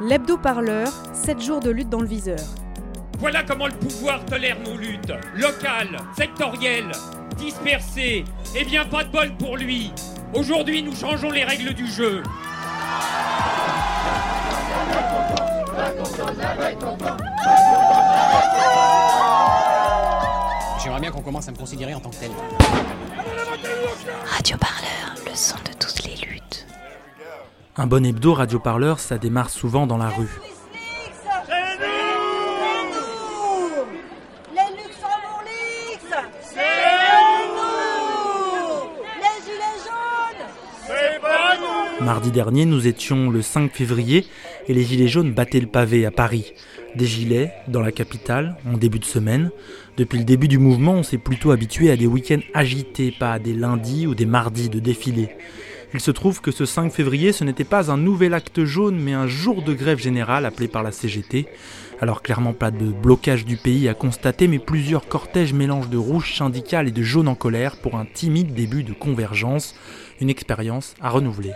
L'hebdo-parleur, 7 jours de lutte dans le viseur. Voilà comment le pouvoir tolère nos luttes, locales, sectorielles, dispersées. Eh bien, pas de bol pour lui. Aujourd'hui, nous changeons les règles du jeu. J'aimerais bien qu'on commence à me considérer en tant que tel. Radio-parleur, le son de toutes les luttes. Un bon hebdo radio-parleur, ça démarre souvent dans la rue. C'est nous les Luxembourg-Lix. C'est nous les Gilets jaunes. C'est pas nous. Mardi dernier, nous étions le 5 février et les Gilets jaunes battaient le pavé à Paris. Des gilets dans la capitale, en début de semaine. Depuis le début du mouvement, on s'est plutôt habitué à des week-ends agités, pas à des lundis ou des mardis de défilé. Il se trouve que ce 5 février, ce n'était pas un nouvel acte jaune, mais un jour de grève générale appelé par la CGT. Alors clairement pas de blocage du pays à constater, mais plusieurs cortèges mélangent de rouge syndical et de jaune en colère pour un timide début de convergence, une expérience à renouveler.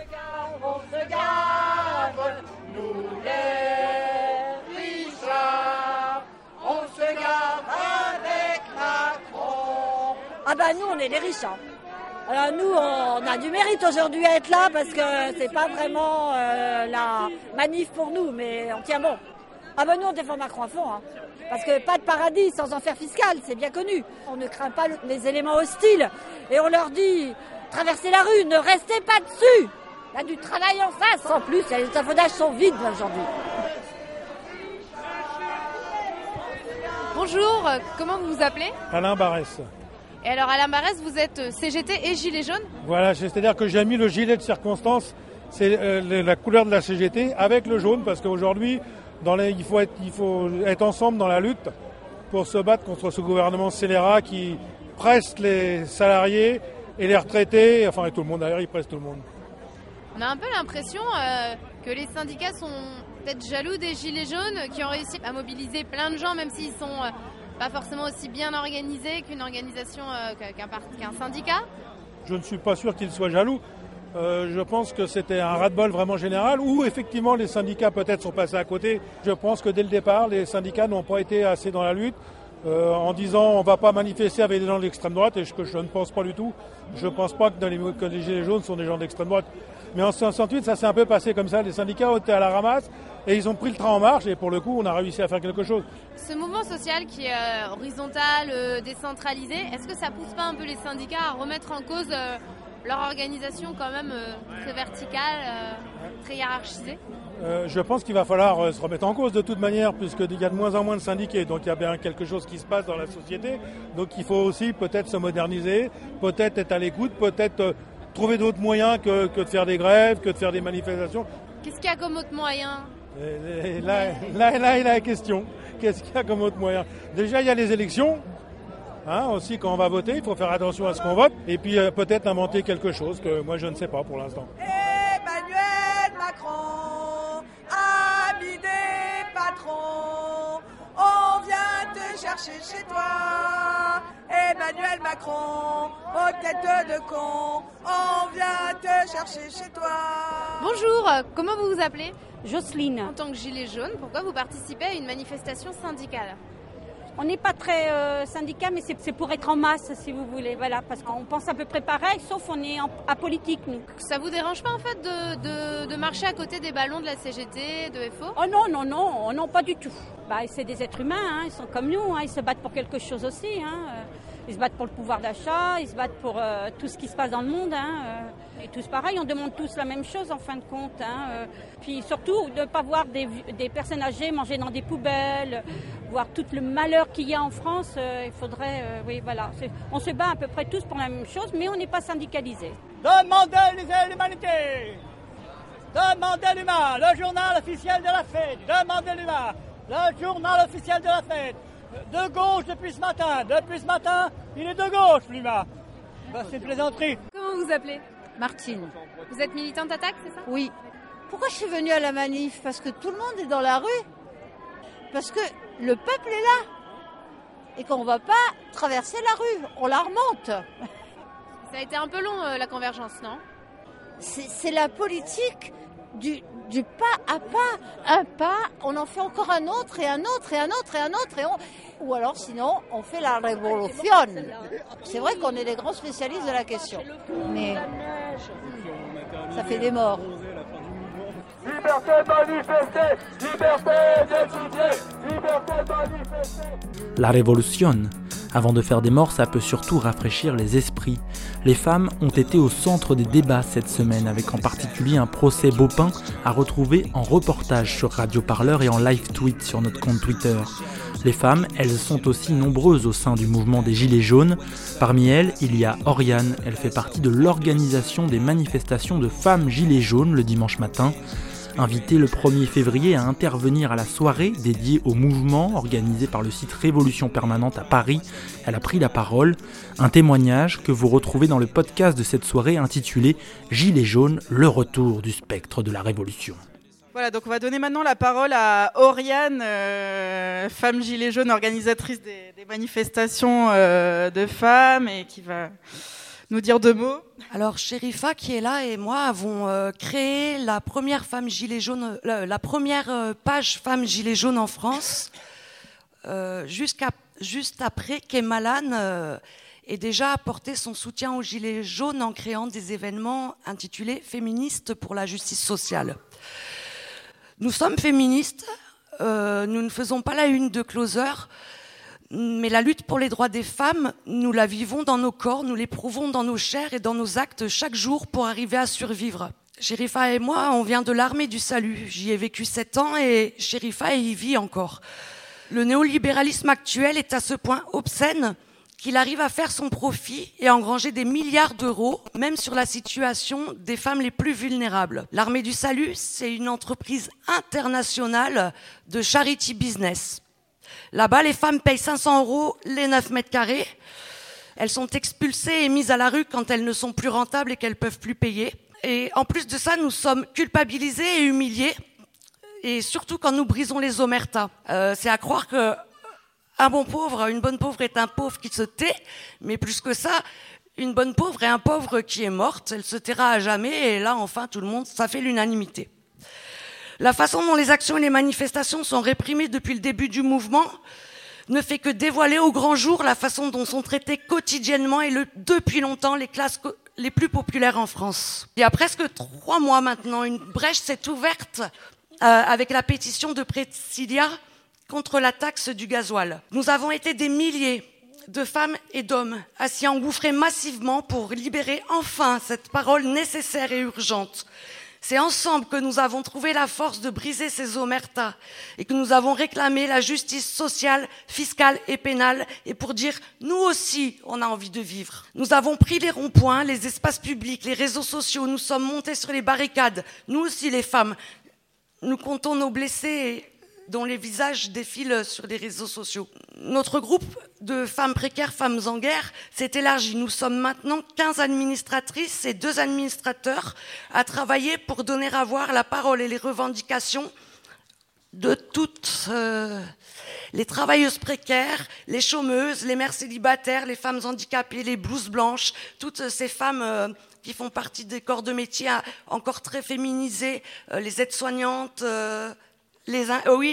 Ah bah nous on est les riches. Alors nous on a du mérite aujourd'hui à être là parce que c'est pas vraiment la manif pour nous, mais on tient bon. Ah bah nous on défend Macron à fond, parce que pas de paradis sans enfer fiscal, c'est bien connu. On ne craint pas les éléments hostiles et on leur dit traversez la rue, ne restez pas dessus. Il y a du travail en face. En plus, les échafaudages sont vides aujourd'hui. Bonjour, comment vous vous appelez ? Alain Barès. Et alors Alain Barès, vous êtes CGT et Gilets jaunes ? Voilà, c'est-à-dire que j'ai mis le gilet de circonstance, c'est la couleur de la CGT avec le jaune, parce qu'aujourd'hui, il faut être ensemble dans la lutte pour se battre contre ce gouvernement scélérat qui presse les salariés et les retraités, enfin et tout le monde, d'ailleurs il presse tout le monde. On a un peu l'impression que les syndicats sont peut-être jaloux des Gilets jaunes qui ont réussi à mobiliser plein de gens, même s'ils sont pas forcément aussi bien organisés qu'une organisation, qu'un syndicat. Je ne suis pas sûr qu'ils soient jaloux. Je pense que c'était un ras-de-bol vraiment général où effectivement les syndicats peut-être sont passés à côté. Je pense que dès le départ, les syndicats n'ont pas été assez dans la lutte en disant on ne va pas manifester avec des gens de l'extrême droite, et ce que je ne pense pas du tout. Je ne pense pas que les Gilets jaunes sont des gens d'extrême droite. Mais en 68, ça s'est un peu passé comme ça. Les syndicats ont été à la ramasse et ils ont pris le train en marche et pour le coup, on a réussi à faire quelque chose. Ce mouvement social qui est horizontal, décentralisé, est-ce que ça pousse pas un peu les syndicats à remettre en cause leur organisation quand même très verticale, très hiérarchisée ? Je pense qu'il va falloir se remettre en cause de toute manière, puisqu'il y a de moins en moins de syndiqués, donc il y a bien quelque chose qui se passe dans la société. Donc il faut aussi peut-être se moderniser, peut-être être à l'écoute, peut-être trouver d'autres moyens que de faire des grèves, que de faire des manifestations. Qu'est-ce qu'il y a comme autre moyen ? Là est la question. Qu'est-ce qu'il y a comme autre moyen ? Déjà, il y a les élections. Aussi, quand on va voter, il faut faire attention à ce qu'on vote. Et puis peut-être inventer quelque chose que moi, je ne sais pas pour l'instant. Emmanuel Macron, ami des patrons, on vient te chercher chez toi. Emmanuel Macron, aux têtes de con, on vient te chercher chez toi. Bonjour, comment vous vous appelez ? Jocelyne. En tant que gilet jaune, pourquoi vous participez à une manifestation syndicale ? On n'est pas très syndicat, mais c'est pour être en masse, si vous voulez. Voilà, parce qu'on pense à peu près pareil, sauf on est apolitique, nous. Ça vous dérange pas, en fait, de marcher à côté des ballons de la CGT, de FO ? Oh non, pas du tout. C'est des êtres humains, ils sont comme nous, ils se battent pour quelque chose aussi. Ils se battent pour le pouvoir d'achat, ils se battent pour tout ce qui se passe dans le monde. Et tous pareil, on demande tous la même chose en fin de compte. Puis surtout, de ne pas voir des personnes âgées manger dans des poubelles, voir tout le malheur qu'il y a en France. Il faudrait, on se bat à peu près tous pour la même chose, mais on n'est pas syndicalisés. Demandez l'humanité, demandez l'humain, le journal officiel de la fête, demandez l'humain, le journal officiel de la fête. De gauche depuis ce matin, il est de gauche, l'humain. C'est une plaisanterie. Comment vous vous appelez ? Martine. Vous êtes militante attaque, c'est ça ? Oui. Pourquoi je suis venue à la manif ? Parce que tout le monde est dans la rue. Parce que le peuple est là. Et qu'on ne va pas traverser la rue. On la remonte. Ça a été un peu long, la convergence, non ? C'est la politique du pas à pas, un pas, on en fait encore un autre et un autre et un autre et un autre ou alors sinon on fait la révolution. C'est vrai qu'on est des grands spécialistes de la question, mais ça fait des morts. Liberté de manifester, liberté d'étudier, liberté de manifester. La révolution. Avant de faire des morts, ça peut surtout rafraîchir les esprits. Les femmes ont été au centre des débats cette semaine, avec en particulier un procès Baupin à retrouver en reportage sur Radio Parleur et en live tweet sur notre compte Twitter. Les femmes, elles sont aussi nombreuses au sein du mouvement des Gilets jaunes. Parmi elles, il y a Oriane. Elle fait partie de l'organisation des manifestations de femmes Gilets jaunes le dimanche matin. Invitée le 1er février à intervenir à la soirée dédiée au mouvement organisé par le site Révolution Permanente à Paris, elle a pris la parole. Un témoignage que vous retrouvez dans le podcast de cette soirée intitulé « Gilets jaunes, le retour du spectre de la Révolution ». Voilà, donc on va donner maintenant la parole à Oriane, femme gilet jaune, organisatrice des manifestations de femmes et qui va nous dire 2 mots. Alors Chérifa qui est là et moi avons créé la première femme gilet jaune, la première page femme gilet jaune en France, juste après qu'Emalan ait déjà apporté son soutien aux gilets jaunes en créant des événements intitulés Féministes pour la justice sociale. Nous sommes féministes, nous ne faisons pas la une de Closer, mais la lutte pour les droits des femmes, nous la vivons dans nos corps, nous l'éprouvons dans nos chairs et dans nos actes chaque jour pour arriver à survivre. Chérifa et moi, on vient de l'armée du salut. J'y ai vécu 7 ans et Chérifa y vit encore. Le néolibéralisme actuel est à ce point obscène qu'il arrive à faire son profit et à engranger des milliards d'euros, même sur la situation des femmes les plus vulnérables. L'Armée du Salut, c'est une entreprise internationale de charity business. Là-bas, les femmes payent 500 € les 9 mètres carrés. Elles sont expulsées et mises à la rue quand elles ne sont plus rentables et qu'elles ne peuvent plus payer. Et en plus de ça, nous sommes culpabilisés et humiliés, et surtout quand nous brisons les omertas. C'est à croire que un bon pauvre, une bonne pauvre est un pauvre qui se tait, mais plus que ça, une bonne pauvre est un pauvre qui est morte. Elle se taira à jamais, et là, enfin, tout le monde, ça fait l'unanimité. La façon dont les actions et les manifestations sont réprimées depuis le début du mouvement ne fait que dévoiler au grand jour la façon dont sont traitées quotidiennement et depuis longtemps les classes les plus populaires en France. Il y a presque 3 mois maintenant, une brèche s'est ouverte avec la pétition de Priscilla contre la taxe du gasoil. Nous avons été des milliers de femmes et d'hommes à s'y engouffrer massivement pour libérer enfin cette parole nécessaire et urgente. C'est ensemble que nous avons trouvé la force de briser ces omertas et que nous avons réclamé la justice sociale, fiscale et pénale, et pour dire nous aussi on a envie de vivre. Nous avons pris les ronds-points, les espaces publics, les réseaux sociaux, nous sommes montés sur les barricades, nous aussi les femmes. Nous comptons nos blessés dont les visages défilent sur les réseaux sociaux. Notre groupe de femmes précaires, femmes en guerre, s'est élargi. Nous sommes maintenant 15 administratrices et 2 administrateurs à travailler pour donner à voir la parole et les revendications de toutes les travailleuses précaires, les chômeuses, les mères célibataires, les femmes handicapées, les blouses blanches, toutes ces femmes qui font partie des corps de métier encore très féminisés, les aides-soignantes, les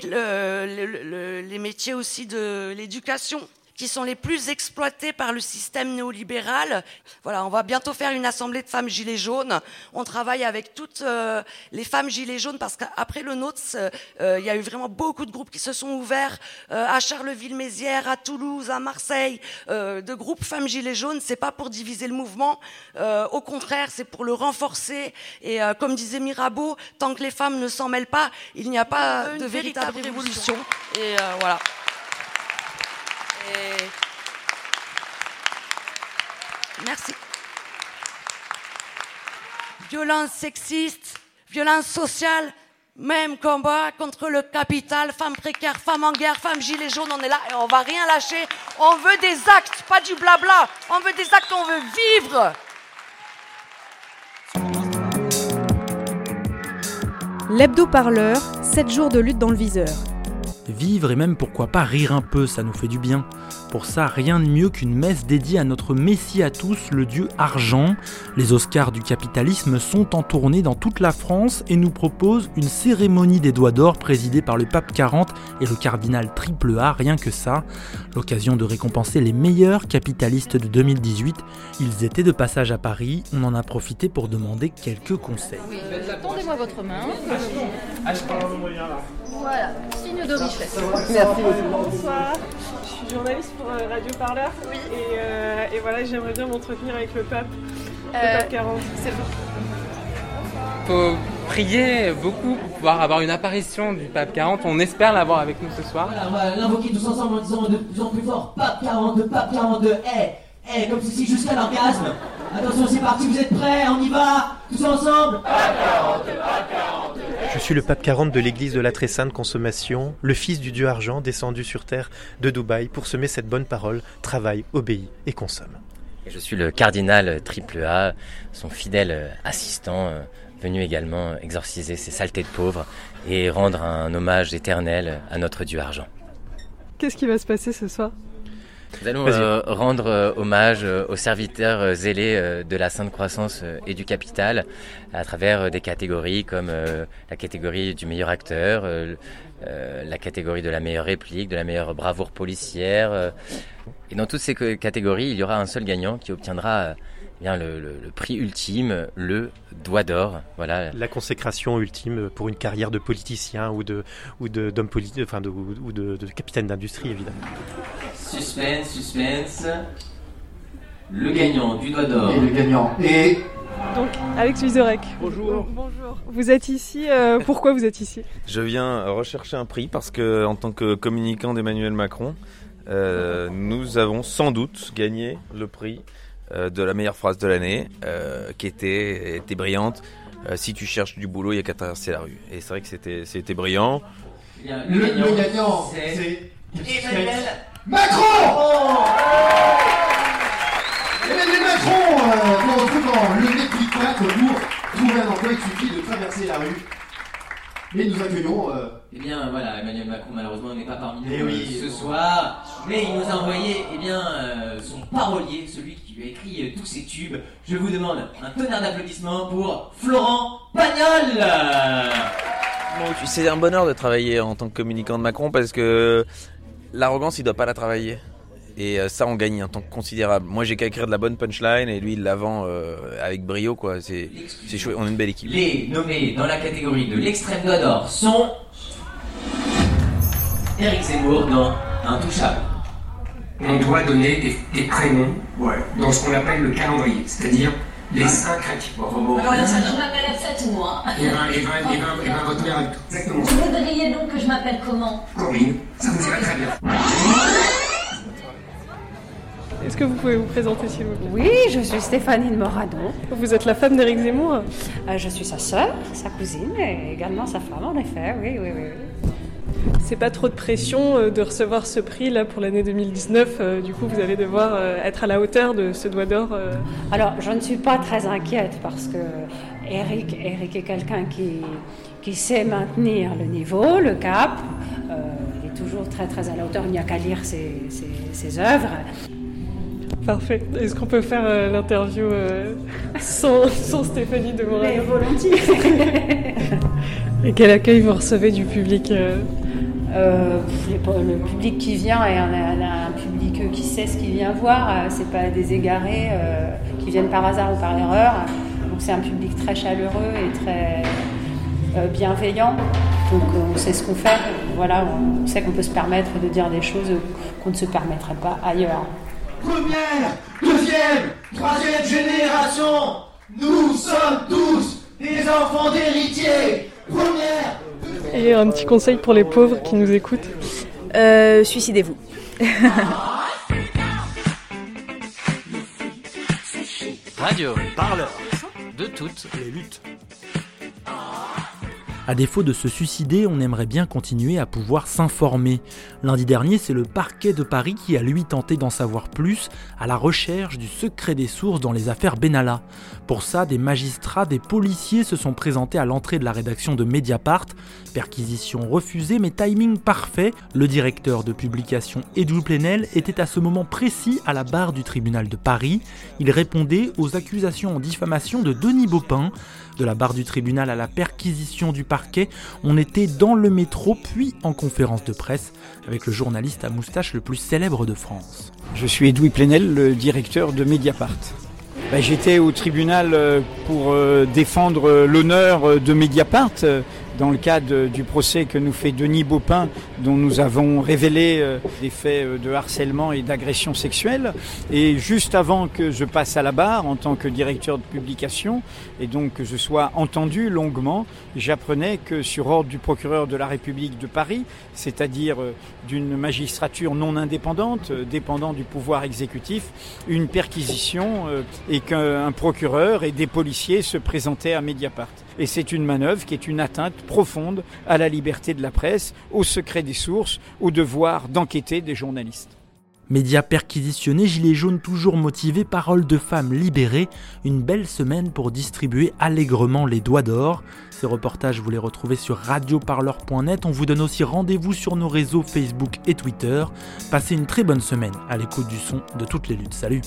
métiers aussi de l'éducation, qui sont les plus exploités par le système néolibéral. Voilà, on va bientôt faire une assemblée de femmes gilets jaunes. On travaille avec toutes les femmes gilets jaunes parce qu'après le nôtre, il y a eu vraiment beaucoup de groupes qui se sont ouverts à Charleville-Mézières, à Toulouse, à Marseille, de groupes femmes gilets jaunes. C'est pas pour diviser le mouvement, au contraire, c'est pour le renforcer. Et comme disait Mirabeau, tant que les femmes ne s'en mêlent pas, il n'y a pas de véritable révolution. Et voilà. Merci. Violence sexiste, violence sociale, même combat contre le capital, femmes précaires, femmes en guerre, femmes gilets jaunes, on est là et on va rien lâcher. On veut des actes, pas du blabla. On veut des actes, on veut vivre. L'hebdo-parleur, 7 jours de lutte dans le viseur. Vivre et même pourquoi pas rire un peu, ça nous fait du bien. Pour ça, rien de mieux qu'une messe dédiée à notre messie à tous, le dieu argent. Les Oscars du capitalisme sont en tournée dans toute la France et nous proposent une cérémonie des doigts d'or présidée par le pape 40 et le cardinal Triple A, rien que ça. L'occasion de récompenser les meilleurs capitalistes de 2018. Ils étaient de passage à Paris, on en a profité pour demander quelques conseils. Oui, tendez-moi votre main. Voilà, signe de richesse. Merci beaucoup. Bonsoir, je suis journaliste pour Radio Parleur. Oui. Et voilà, j'aimerais bien m'entretenir avec le pape 40. C'est bon. Faut prier beaucoup pour pouvoir avoir une apparition du pape 40. On espère l'avoir avec nous ce soir. Voilà, on va l'invoquer tous ensemble en disant de plus en plus fort pape 42, pape 42, comme ceci jusqu'à l'orgasme. Attention, c'est parti, vous êtes prêts? On y va? Tous ensemble? Pape 42, pape 42. Je suis le pape 40 de l'église de la très sainte consommation, le fils du dieu argent descendu sur terre de Dubaï pour semer cette bonne parole, travaille, obéit et consomme. Et je suis le cardinal Triple A, son fidèle assistant, venu également exorciser ces saletés de pauvres et rendre un hommage éternel à notre dieu argent. Qu'est-ce qui va se passer ce soir ? Nous allons rendre hommage aux serviteurs zélés de la Sainte Croissance et du Capital à travers des catégories comme la catégorie du meilleur acteur, la catégorie de la meilleure réplique, de la meilleure bravoure policière. Et dans toutes ces catégories, il y aura un seul gagnant qui obtiendra le prix ultime, le doigt d'or. Voilà. La consécration ultime pour une carrière de politicien ou de capitaine d'industrie, évidemment. Suspense. Le gagnant du doigt d'or. Et le gagnant est... Donc, Alex Vizorek. Bonjour. Bonjour. Vous êtes ici, pourquoi vous êtes ici ? Je viens rechercher un prix parce que, en tant que communicant d'Emmanuel Macron, nous avons sans doute gagné le prix de la meilleure phrase de l'année, qui était brillante. Si tu cherches du boulot, il n'y a qu'à traverser la rue. Et c'est vrai que c'était brillant. Le gagnant, c'est Emmanuel Macron. Emmanuel Macron, qu'on retrouve dans Le Déclic 4 pour trouver un emploi, il suffit de traverser la rue. Et nous accueillons... Eh bien voilà, Emmanuel Macron malheureusement n'est pas parmi nous ce soir, mais il nous a envoyé son parolier, celui qui lui a écrit tous ses tubes. Je vous demande un tonnerre d'applaudissements pour Florent Pagnol. C'est un bonheur de travailler en tant que communicant de Macron parce que l'arrogance, il ne doit pas la travailler. Et ça, on gagne un temps considérable. Moi, j'ai qu'à écrire de la bonne punchline et lui, il la vend avec brio, quoi. C'est chouette, on est une belle équipe. Les nommés dans la catégorie de l'extrême doigt d'or sont Éric Zemmour dans Intouchable. On doit donner des prénoms dans ce qu'on appelle le calendrier, c'est-à-dire les 5 chrétiens. Je m'appelle Absatou, moi. Et ben votre mère avec tout. Exactement. Vous voudriez donc que je m'appelle comment ? Corinne, ça vous irait très bien. Est-ce que vous pouvez vous présenter s'il vous plaît ? Oui, je suis Stéphanie de Moradon. Vous êtes la femme d'Éric Zemmour ? Je suis sa sœur, sa cousine et également sa femme en effet, oui. C'est pas trop de pression de recevoir ce prix là pour l'année 2019, du coup vous allez devoir être à la hauteur de ce doigt d'or Alors je ne suis pas très inquiète parce que Éric est quelqu'un qui sait maintenir le niveau, le cap, il est toujours très très à la hauteur, il n'y a qu'à lire ses œuvres. Parfait. Est-ce qu'on peut faire l'interview sans Stéphanie de Moradon ? Mais volontiers. Et quel accueil vous recevez du public Le public qui vient est un public qui sait ce qu'il vient voir. C'est pas des égarés qui viennent par hasard ou par erreur. Donc c'est un public très chaleureux et très bienveillant. Donc on sait ce qu'on fait. Voilà, on sait qu'on peut se permettre de dire des choses qu'on ne se permettrait pas ailleurs. Première, deuxième, troisième génération, nous sommes tous des enfants d'héritiers. Première. Et un petit conseil pour les pauvres qui nous écoutent ? Suicidez-vous. Radio Parleur, de toutes les luttes. À défaut de se suicider, on aimerait bien continuer à pouvoir s'informer. Lundi dernier, c'est le parquet de Paris qui a lui tenté d'en savoir plus à la recherche du secret des sources dans les affaires Benalla. Pour ça, des magistrats, des policiers se sont présentés à l'entrée de la rédaction de Mediapart. Perquisition refusée, mais timing parfait. Le directeur de publication Edoui Plenel était à ce moment précis à la barre du tribunal de Paris. Il répondait aux accusations en diffamation de Denis Baupin. De la barre du tribunal à la perquisition du parquet, on était dans le métro puis en conférence de presse avec le journaliste à moustache le plus célèbre de France. Je suis Edoui Plenel, le directeur de Mediapart. J'étais au tribunal pour défendre l'honneur de Mediapart dans le cadre du procès que nous fait Denis Baupin, dont nous avons révélé des faits de harcèlement et d'agression sexuelle. Et juste avant que je passe à la barre en tant que directeur de publication, et donc que je sois entendu longuement, j'apprenais que sur ordre du procureur de la République de Paris, c'est-à-dire d'une magistrature non indépendante, dépendant du pouvoir exécutif, une perquisition et qu'un procureur et des policiers se présentaient à Mediapart. Et c'est une manœuvre qui est une atteinte profonde à la liberté de la presse, au secret des sources, au devoir d'enquêter des journalistes. Médias perquisitionnés, gilets jaunes toujours motivés, paroles de femmes libérées, une belle semaine pour distribuer allègrement les doigts d'or. Ces reportages, vous les retrouvez sur radioparleur.net. On vous donne aussi rendez-vous sur nos réseaux Facebook et Twitter. Passez une très bonne semaine à l'écoute du son de toutes les luttes. Salut!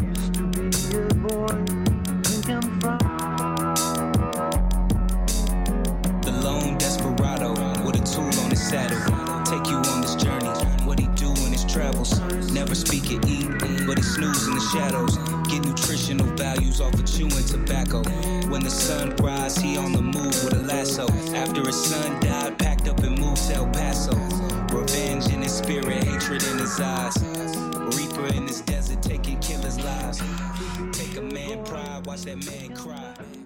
Take you on this journey, what he do in his travels. Never speak or eat, but he snooze in the shadows. Get nutritional values off of chewing tobacco. When the sun rises, he on the move with a lasso. After his son died, packed up and moved to El Paso. Revenge in his spirit, hatred in his eyes. Reaper in his desert, taking killers' lives. Take a man pride, watch that man cry.